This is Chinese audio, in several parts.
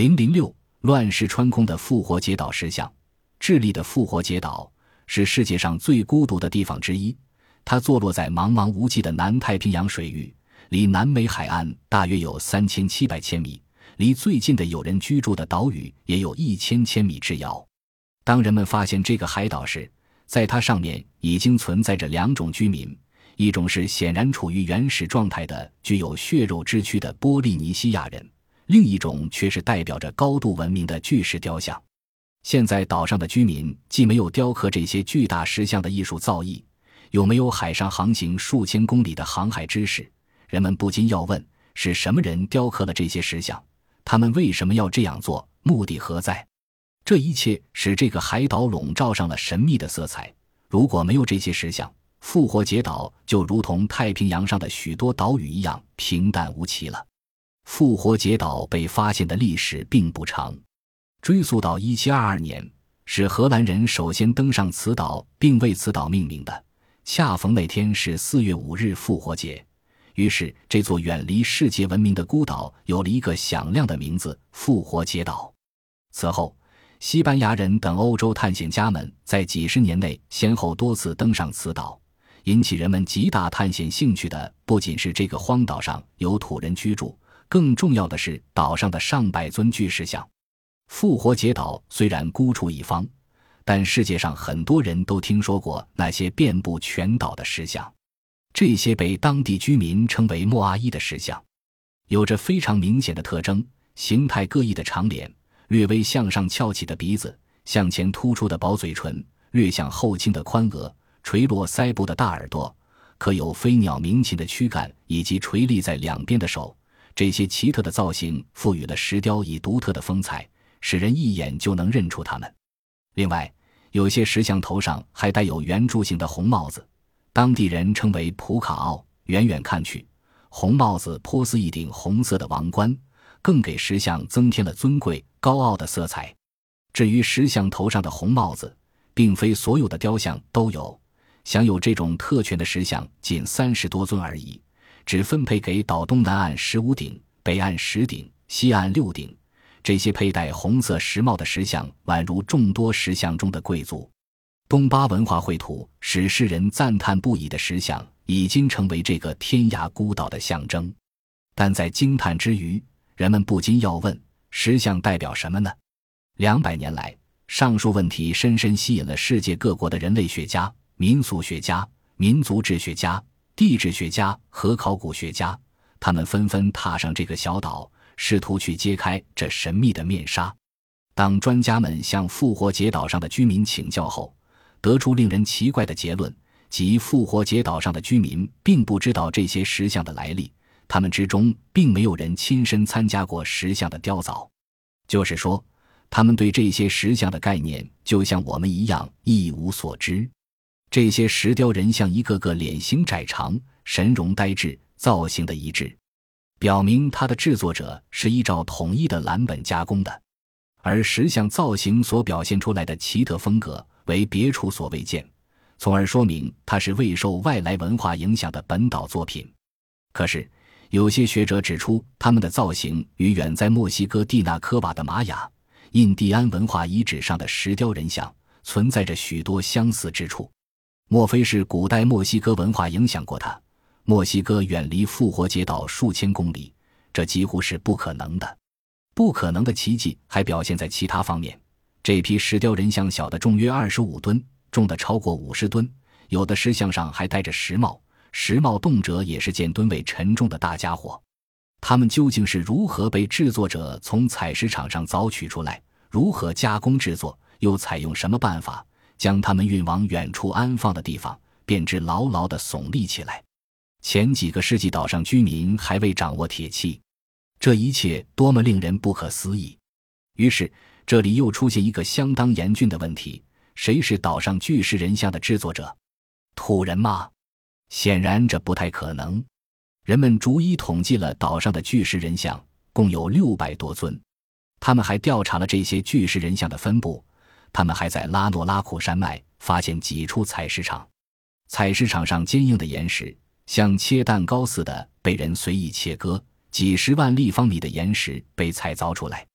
006乱石穿空的复活节岛石像。智利的复活节岛是世界上最孤独的地方之一，它坐落在茫茫无际的南太平洋水域，离南美海岸大约有3700千米，离最近的有人居住的岛屿也有1000千米之遥。当人们发现这个海岛时，在它上面已经存在着2种居民，一种是显然处于原始状态的具有血肉之躯的波利尼西亚人，另一种却是代表着高度文明的巨石雕像。现在岛上的居民既没有雕刻这些巨大石像的艺术造诣，又没有海上航行数千公里的航海知识，人们不禁要问，是什么人雕刻了这些石像？他们为什么要这样做？目的何在？这一切使这个海岛笼罩上了神秘的色彩。如果没有这些石像，复活节岛就如同太平洋上的许多岛屿一样平淡无奇了。复活节岛被发现的历史并不长，追溯到1722年，是荷兰人首先登上此岛并为此岛命名的，恰逢那天是4月5日复活节，于是这座远离世界文明的孤岛有了一个响亮的名字——复活节岛。此后，西班牙人等欧洲探险家们在几十年内先后多次登上此岛，引起人们极大探险兴趣的不仅是这个荒岛上有土人居住，更重要的是岛上的上百尊巨石像。复活节岛虽然孤处一方，但世界上很多人都听说过那些遍布全岛的石像。这些被当地居民称为莫阿伊的石像，有着非常明显的特征，形态各异的长脸，略微向上翘起的鼻子，向前突出的薄嘴唇，略向后倾的宽额，垂落腮部的大耳朵，刻有飞鸟鸣禽的躯干，以及垂立在两边的手。这些奇特的造型赋予了石雕以独特的风采，使人一眼就能认出它们。另外，有些石像头上还带有圆柱形的红帽子，当地人称为普卡奥。远远看去，红帽子颇似一顶红色的王冠，更给石像增添了尊贵高傲的色彩。至于石像头上的红帽子，并非所有的雕像都有，享有这种特权的石像仅30多尊而已，只分配给岛东南岸15顶，北岸10顶，西岸6顶。这些佩戴红色石帽的石像宛如众多石像中的贵族。东巴文化绘图使世人赞叹不已的石像已经成为这个天涯孤岛的象征。但在惊叹之余，人们不禁要问，石像代表什么呢？200年来，上述问题深深吸引了世界各国的人类学家、民俗学家、民族志学家、地质学家和考古学家，他们纷纷踏上这个小岛，试图去揭开这神秘的面纱。当专家们向复活节岛上的居民请教后，得出令人奇怪的结论，即复活节岛上的居民并不知道这些石像的来历，他们之中并没有人亲身参加过石像的雕凿。就是说，他们对这些石像的概念就像我们一样一无所知。这些石雕人像一个个脸型窄长，神容呆滞，造型的一致，表明它的制作者是依照统一的蓝本加工的，而石像造型所表现出来的奇特风格为别处所未见，从而说明它是未受外来文化影响的本岛作品。可是有些学者指出，他们的造型与远在墨西哥蒂纳科瓦的玛雅、印第安文化遗址上的石雕人像存在着许多相似之处。莫非是古代墨西哥文化影响过它？墨西哥远离复活节岛数千公里，这几乎是不可能的。不可能的奇迹还表现在其他方面。这批石雕人像小的重约25吨，重的超过50吨，有的石像上还戴着石帽，石帽动辄也是件吨位沉重的大家伙。它们究竟是如何被制作者从采石场上凿取出来，如何加工制作，又采用什么办法将它们运往远处安放的地方，便知牢牢地耸立起来。前几个世纪岛上居民还未掌握铁器，这一切多么令人不可思议。于是这里又出现一个相当严峻的问题，谁是岛上巨石人像的制作者？土人吗？显然这不太可能。人们逐一统计了岛上的巨石人像，共有600多尊。他们还调查了这些巨石人像的分布，他们还在拉诺拉库山脉发现几处采石场。采石场上坚硬的岩石像切蛋糕似的被人随意切割，几十万立方米的岩石被采凿出来。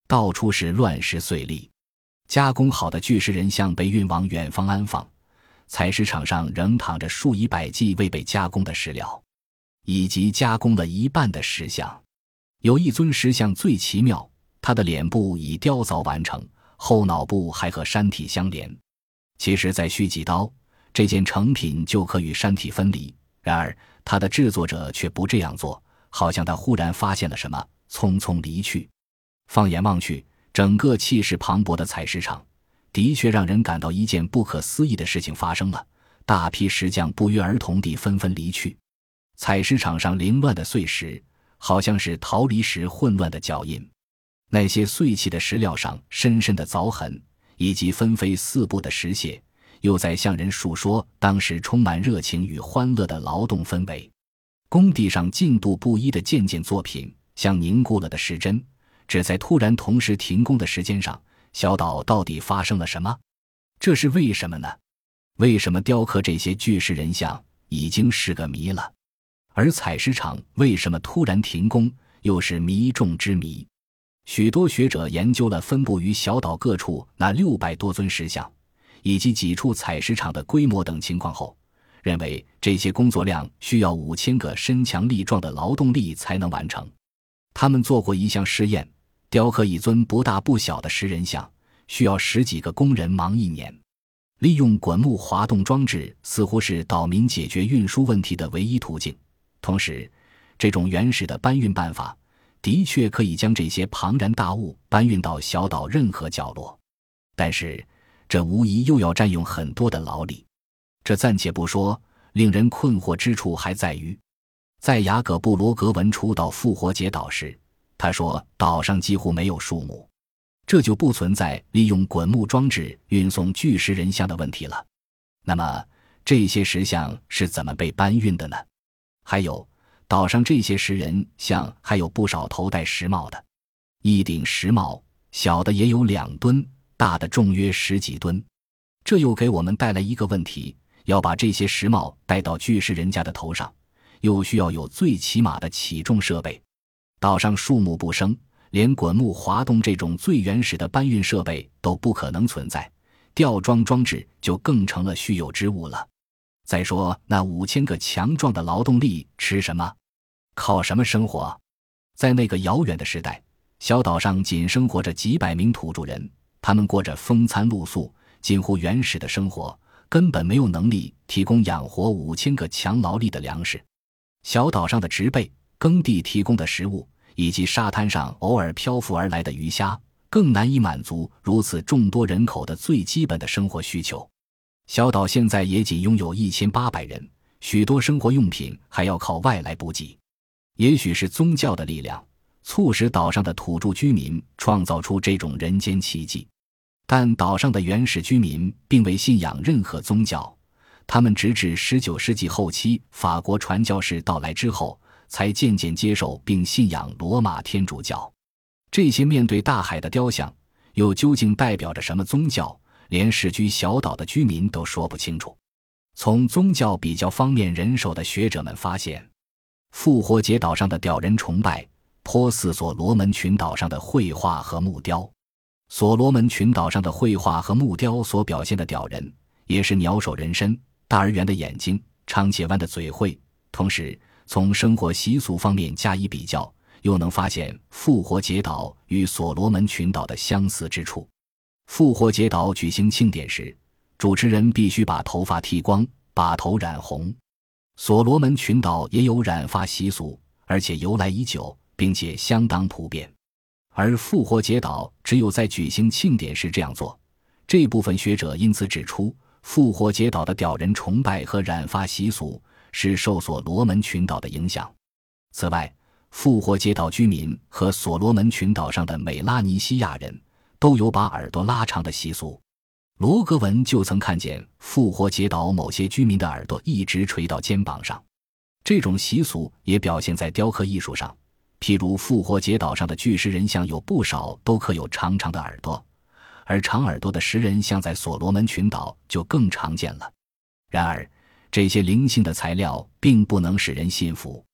到处是乱石碎砾。加工好的巨石人像被运往远方安放，采石场上仍躺着数以百计未被加工的石料，以及加工了一半的石像。有一尊石像最奇妙，他的脸部已雕凿完成，后脑部还和山体相连。其实再续几刀，这件成品就可与山体分离，然而他的制作者却不这样做，好像他忽然发现了什么，匆匆离去。放眼望去，整个气势磅礴的采石场的确让人感到一件不可思议的事情发生了，大批石匠不约而同地纷纷离去。采石场上凌乱的碎石好像是逃离时混乱的脚印，那些碎弃的石料上深深的凿痕，以及纷飞四布的石屑，又在向人述说当时充满热情与欢乐的劳动氛围。工地上进度不一的件件作品像凝固了的时针，只在突然同时停工的时间上，小岛到底发生了什么？这是为什么呢？为什么雕刻这些巨石人像已经是个谜了，而采石场为什么突然停工又是谜中之谜。许多学者研究了分布于小岛各处那600多尊石像以及几处采石场的规模等情况后，认为这些工作量需要5000个身强力壮的劳动力才能完成。他们做过一项试验，雕刻一尊不大不小的石人像需要10几个工人忙1年。利用滚木滑动装置似乎是岛民解决运输问题的唯一途径，同时这种原始的搬运办法的确可以将这些庞然大物搬运到小岛任何角落，但是这无疑又要占用很多的劳力。这暂且不说，令人困惑之处还在于，在雅各布·罗格文初到复活节岛时，他说岛上几乎没有树木，这就不存在利用滚木装置运送巨石人像的问题了。那么这些石像是怎么被搬运的呢？还有，岛上这些石人像还有不少头戴石帽的，一顶石帽小的也有2吨，大的重约10几吨。这又给我们带来一个问题，要把这些石帽戴到巨石人家的头上，又需要有最起码的起重设备。岛上树木不生，连滚木滑动这种最原始的搬运设备都不可能存在，吊装装置就更成了虚有之物了。再说那5000个强壮的劳动力吃什么？靠什么生活？在那个遥远的时代，小岛上仅生活着几百名土著人，他们过着风餐露宿近乎原始的生活，根本没有能力提供养活5000个强劳力的粮食。小岛上的植被、耕地提供的食物，以及沙滩上偶尔漂浮而来的鱼虾，更难以满足如此众多人口的最基本的生活需求。小岛现在也仅拥有1800人，许多生活用品还要靠外来补给。也许是宗教的力量促使岛上的土著居民创造出这种人间奇迹，但岛上的原始居民并未信仰任何宗教，他们直至19世纪后期法国传教士到来之后，才渐渐接受并信仰罗马天主教。这些面对大海的雕像又究竟代表着什么宗教，连世居小岛的居民都说不清楚。从宗教比较方面人手的学者们发现，复活节岛上的吊人崇拜颇似所罗门群岛上的绘画和木雕。所罗门群岛上的绘画和木雕所表现的吊人，也是鸟首人身、大而圆的眼睛、长且弯的嘴喙。同时从生活习俗方面加以比较，又能发现复活节岛与所罗门群岛的相似之处。复活节岛举行庆典时，主持人必须把头发剃光，把头染红。所罗门群岛也有染发习俗，而且由来已久，并且相当普遍。而复活节岛只有在举行庆典时这样做。这部分学者因此指出，复活节岛的吊人崇拜和染发习俗是受所罗门群岛的影响。此外，复活节岛居民和所罗门群岛上的美拉尼西亚人都有把耳朵拉长的习俗。罗格文就曾看见复活节岛某些居民的耳朵一直垂到肩膀上，这种习俗也表现在雕刻艺术上。譬如复活节岛上的巨石人像有不少都刻有长长的耳朵，而长耳朵的石人像在所罗门群岛就更常见了。然而这些灵性的材料并不能使人信服。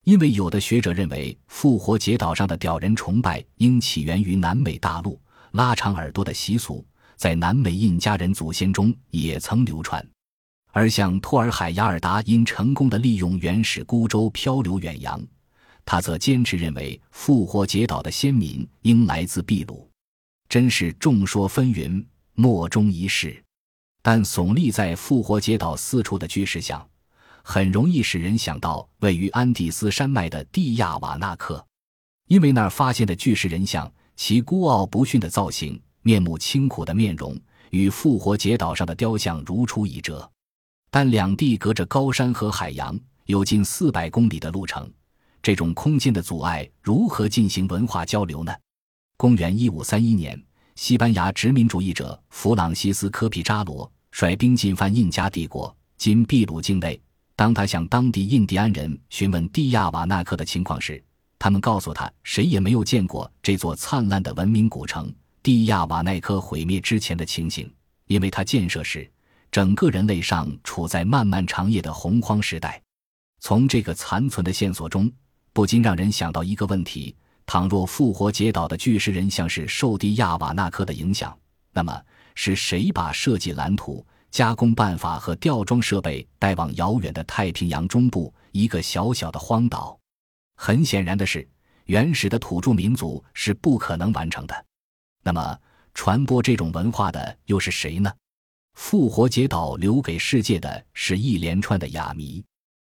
因为有的学者认为复活节岛上的吊人崇拜应起源于南美大陆，拉长耳朵的习俗在南美印加人祖先中也曾流传。而像托尔海雅尔达因成功地利用原始孤舟漂流远洋，他则坚持认为复活节岛的先民应来自秘鲁。真是众说纷纭，莫衷一是。但耸立在复活节岛四处的巨石像，很容易使人想到位于安第斯山脉的蒂亚瓦纳克，因为那儿发现的巨石人像，其孤傲不驯的造型，面目清苦的面容，与复活节岛上的雕像如出一辙。但两地隔着高山和海洋，有近400公里的路程，这种空间的阻碍如何进行文化交流呢？公元1531年，西班牙殖民主义者弗朗西斯科·皮扎罗率兵进犯印加帝国今秘鲁境内。当他向当地印第安人询问蒂亚瓦纳克的情况时，他们告诉他，谁也没有见过这座灿烂的文明古城蒂亚瓦纳克毁灭之前的情形，因为它建设时，整个人类尚处在漫漫长夜的洪荒时代。从这个残存的线索中，不禁让人想到一个问题：倘若复活节岛的巨石人像是受蒂亚瓦纳克的影响，那么是谁把设计蓝图、加工办法和吊装设备带往遥远的太平洋中部一个小小的荒岛？很显然的是，原始的土著民族是不可能完成的。那么传播这种文化的又是谁呢？复活节岛留给世界的是一连串的哑谜。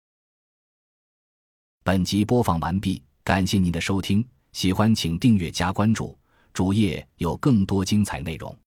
本集播放完毕，感谢您的收听，喜欢请订阅加关注，主页有更多精彩内容。